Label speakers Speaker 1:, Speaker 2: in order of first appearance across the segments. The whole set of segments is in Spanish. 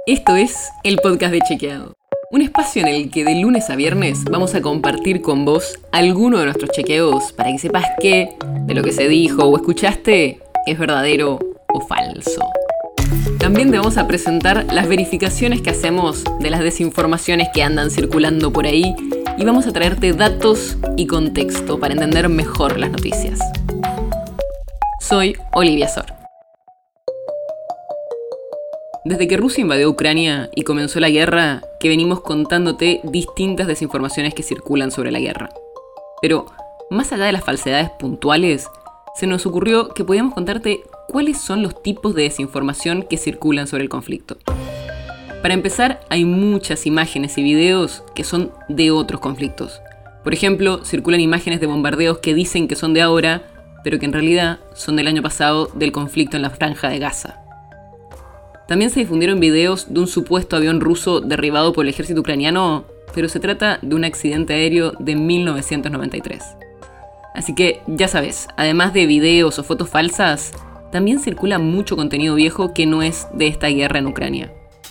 Speaker 1: Esto es el podcast de Chequeado, un espacio en el que de lunes a viernes vamos a compartir con vos alguno de nuestros chequeos para que sepas qué de lo que se dijo o escuchaste es verdadero o falso. También te vamos a presentar las verificaciones que hacemos de las desinformaciones que andan circulando por ahí y vamos a traerte datos y contexto para entender mejor las noticias. Soy Olivia Sor. Desde que Rusia invadió Ucrania y comenzó la guerra, que venimos contándote distintas desinformaciones que circulan sobre la guerra. Pero, más allá de las falsedades puntuales, se nos ocurrió que podíamos contarte cuáles son los tipos de desinformación que circulan sobre el conflicto. Para empezar, hay muchas imágenes y videos que son de otros conflictos. Por ejemplo, circulan imágenes de bombardeos que dicen que son de ahora, pero que en realidad son del año pasado del conflicto en la Franja de Gaza. También se difundieron videos de un supuesto avión ruso derribado por el ejército ucraniano, pero se trata de un accidente aéreo de 1993. Así que, ya sabes, además de videos o fotos falsas, también circula mucho contenido viejo que no es de esta guerra en Ucrania.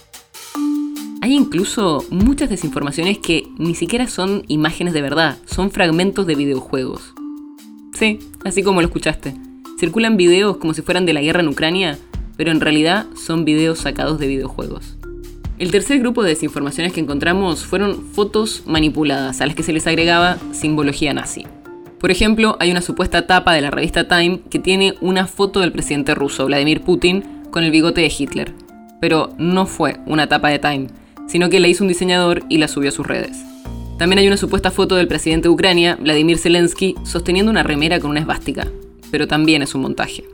Speaker 1: Hay incluso muchas desinformaciones que ni siquiera son imágenes de verdad, son fragmentos de videojuegos. Sí, así como lo escuchaste. Circulan videos como si fueran de la guerra en Ucrania, pero en realidad son videos sacados de videojuegos. El tercer grupo de desinformaciones que encontramos fueron fotos manipuladas, a las que se les agregaba simbología nazi. Por ejemplo, hay una supuesta tapa de la revista Time que tiene una foto del presidente ruso, Vladimir Putin, con el bigote de Hitler. Pero no fue una tapa de Time, sino que la hizo un diseñador y la subió a sus redes. También hay una supuesta foto del presidente de Ucrania, Vladimir Zelensky, sosteniendo una remera con una esvástica, pero también es un montaje.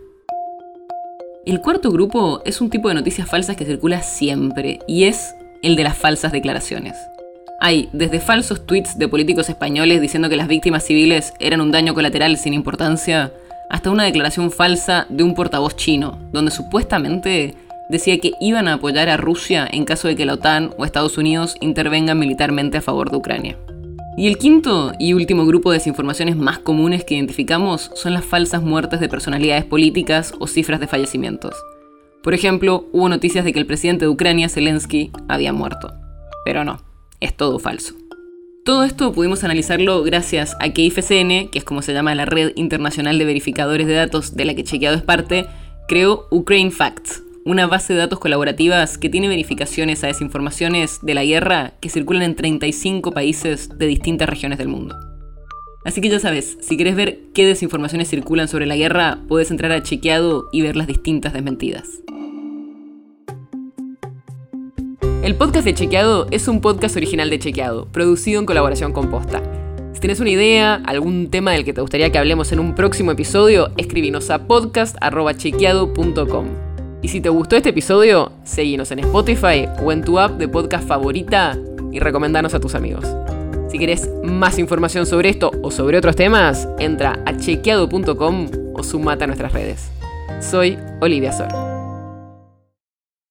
Speaker 1: El cuarto grupo es un tipo de noticias falsas que circula siempre, y es el de las falsas declaraciones. Hay desde falsos tweets de políticos españoles diciendo que las víctimas civiles eran un daño colateral sin importancia, hasta una declaración falsa de un portavoz chino, donde supuestamente decía que iban a apoyar a Rusia en caso de que la OTAN o Estados Unidos intervengan militarmente a favor de Ucrania. Y el quinto y último grupo de desinformaciones más comunes que identificamos son las falsas muertes de personalidades políticas o cifras de fallecimientos. Por ejemplo, hubo noticias de que el presidente de Ucrania, Zelensky, había muerto. Pero no, es todo falso. Todo esto pudimos analizarlo gracias a que IFCN, que es como se llama la red internacional de verificadores de datos de la que Chequeado es parte, creó Ukraine Facts, una base de datos colaborativas que tiene verificaciones a desinformaciones de la guerra que circulan en 35 países de distintas regiones del mundo. Así que ya sabes, si querés ver qué desinformaciones circulan sobre la guerra, podés entrar a Chequeado y ver las distintas desmentidas. El podcast de Chequeado es un podcast original de Chequeado, producido en colaboración con Posta. Si tenés una idea, algún tema del que te gustaría que hablemos en un próximo episodio, escribinos a podcast@chequeado.com. Y si te gustó este episodio, seguinos en Spotify o en tu app de podcast favorita y recomendanos a tus amigos. Si querés más información sobre esto o sobre otros temas, entra a chequeado.com o sumate a nuestras redes. Soy Olivia Sor.